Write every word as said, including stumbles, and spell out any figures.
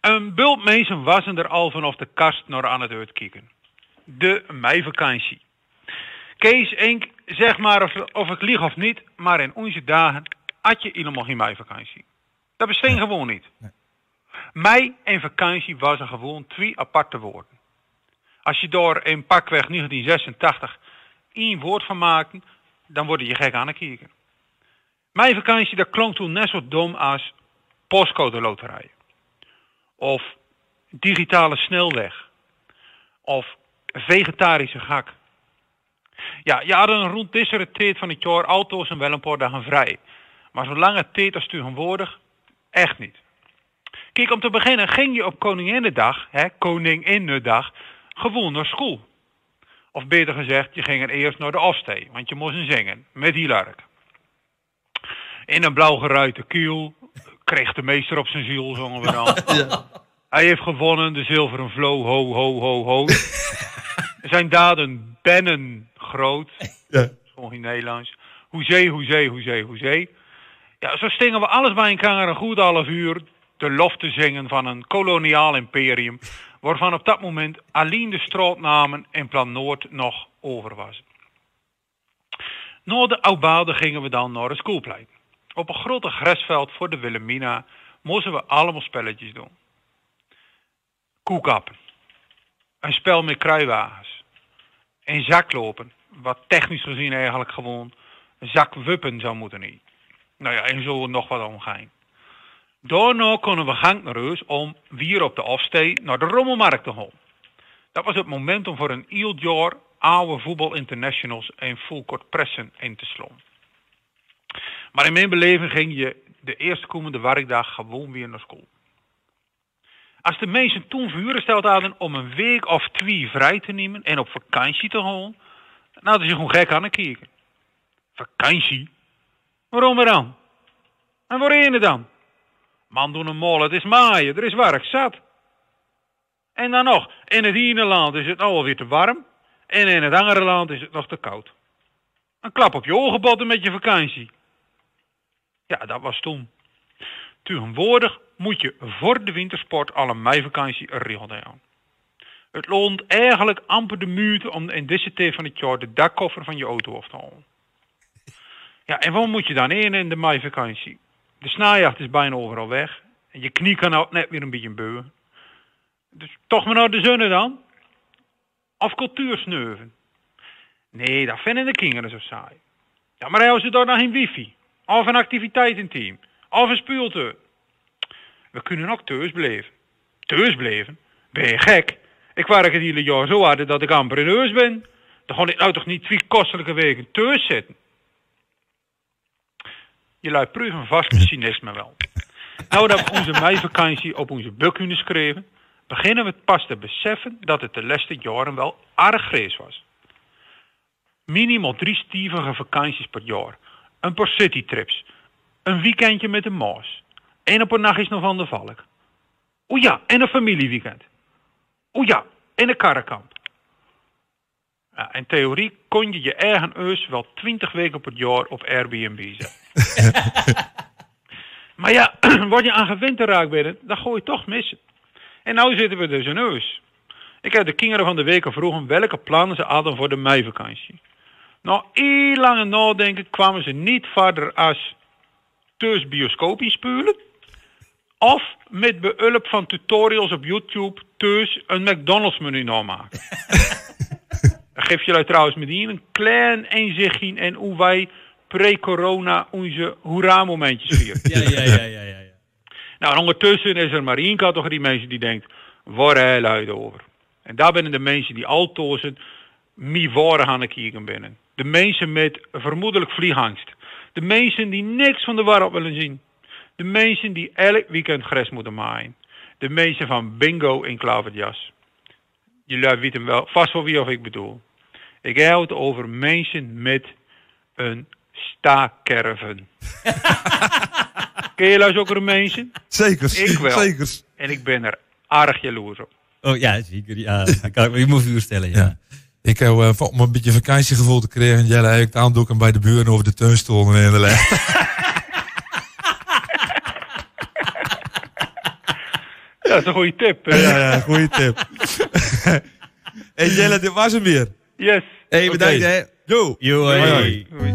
Een bult mensen wassen er al vanaf de kast naar aan het uitkijken. De meivakantie. Kees, Enk, zeg maar of, of ik lieg of niet, maar in onze dagen had je helemaal geen meivakantie. Dat bestaat nee. gewoon niet. Nee. Mei en vakantie was er gewoon twee aparte woorden. Als je door in pakweg negentien zesentachtig één woord van maakte, dan word je gek aan het kijken. Meivakantie, dat klonk toen net zo dom als postcode loterij. Of digitale snelweg. Of vegetarische gak. Ja, je had een rond deze tijd van het jaar auto's en wel een paar dagen vrij. Maar zo'n lange tijd als tegenwoordig, echt niet. Kijk, om te beginnen ging je op Koninginnedag, hè, Koninginnedag, gewoon naar school. Of beter gezegd, je ging er eerst naar de afstee, want je moest zingen, met die lark. In een blauw geruite kiel kreeg de meester op zijn ziel, zongen we dan. Ja. Hij heeft gewonnen, de zilveren vlo, ho, ho, ho, ho. Zijn daden bennen groot. Ja. Gewoon in Nederlands. Hoezee, hoezee, hoezee, hoezee. Ja, zo stingen we alles bij elkaar een goed half uur de lof te zingen van een koloniaal imperium, waarvan op dat moment alleen de straatnamen in Plan Noord nog over was. Na de Oudboude gingen we dan naar het schoolplein. Op een grote grasveld voor de Wilhelmina moesten we allemaal spelletjes doen. Koekappen. Een spel met kruiwagens. En zaklopen. Wat technisch gezien eigenlijk gewoon zakwuppen zou moeten niet. Nou ja, en zo nog wat omgaan. Daarna konden we gang naar huis om weer op de afstee naar de rommelmarkt te gaan. Dat was het momentum voor een heel jaar oude voetbalinternationals en fullcourt pressen in te slaan. Maar in mijn beleving ging je de eerstkomende werkdag gewoon weer naar school. Als de mensen toen voorgesteld hadden om een week of twee vrij te nemen en op vakantie te gaan, dan hadden ze gewoon gek aan het kijken. Vakantie? Waarom dan? En waarheen dan? Man, doen een mol, het is maaien, er is werk zat. En dan nog, in het ene land is het nou alweer te warm en in het andere land is het nog te koud. Een klap op je ogen botten met je vakantie. Ja, dat was toen. Tegenwoordig moet je voor de wintersport al een meivakantie regelen. Het loont eigenlijk amper de moeite om in deze tijd van het jaar de dakkoffer van je auto af te halen. Ja, en waar moet je dan heen in de meivakantie? De snaaijacht is bijna overal weg. En je knie kan ook net weer een beetje beuwen. Dus toch maar naar de zonne dan? Of cultuursneuven? Nee, dat vinden de kinderen zo saai. Ja, maar hebben ze daar dan geen wifi? Of een activiteitenteam? Of een speeltuin? We kunnen ook thuis blijven. Thuis blijven? Ben je gek? Ik werk het hele jaar zo hard dat ik amper in huis ben. Dan ga ik nou toch niet twee kostelijke weken thuis zitten? Je luidt proeven vast het cynisme wel. Nou dat we onze meivakantie op onze buk kunnen schrijven, beginnen we pas te beseffen dat het de laatste jaren wel aardig grijs was. Minimaal drie stevige vakanties per jaar. Een paar citytrips. Een weekendje met de Maas. En op een nachtjes nog van de Valk. O ja, en een familieweekend. O ja, en een karrenkamp. Ja, in theorie kon je je eigen huis wel twintig weken per jaar op Airbnb zetten. Maar ja, word je aan gewend te raakt bent, dan gooi je toch missen. En nou zitten we dus in huis. Ik heb de kinderen van de week gevraagd welke plannen ze hadden voor de meivakantie. Nou, heel lange nadenken kwamen ze niet verder als thuis bioscoop inspulen. Of met behulp van tutorials op YouTube thuis een McDonald's menu namaken. Dan geef je trouwens meteen een klein inzichtje in hoe wij pre-corona onze hoera-momentjes vieren. Ja, ja, ja, ja, ja. Nou, en ondertussen is er maar één categorie mensen die denkt, waar hij luid over. En daar zijn de mensen die altozen mee waren aan het kijken binnen. De mensen met vermoedelijk vliegangst. De mensen die niks van de wereld willen zien. De mensen die elk weekend gras moeten maaien. De mensen van bingo in klaverjas. Jullie weten wel vast wel wie of ik bedoel. Ik heb het over mensen met een staakerven. Ken je luister ook er mensen? Zeker. Ik wel. Zekers. En ik ben er erg jaloers op. Oh ja, zeker. Ja, dat kan ik me je moet voorstellen. Ja. Ja. Ik heb uh, om een beetje vakantiegevoel te krijgen. Jij eigenlijk het aandoeken bij de buren over de tuinstoelen en de leg. Ja, dat is een goede tip. Ja, ja, goede tip. Hey Jelle, dit was hem weer. Yes. Hey, bedankt Oké. hè. Yo. Yo, Hoi, hey. hoi. Hoi.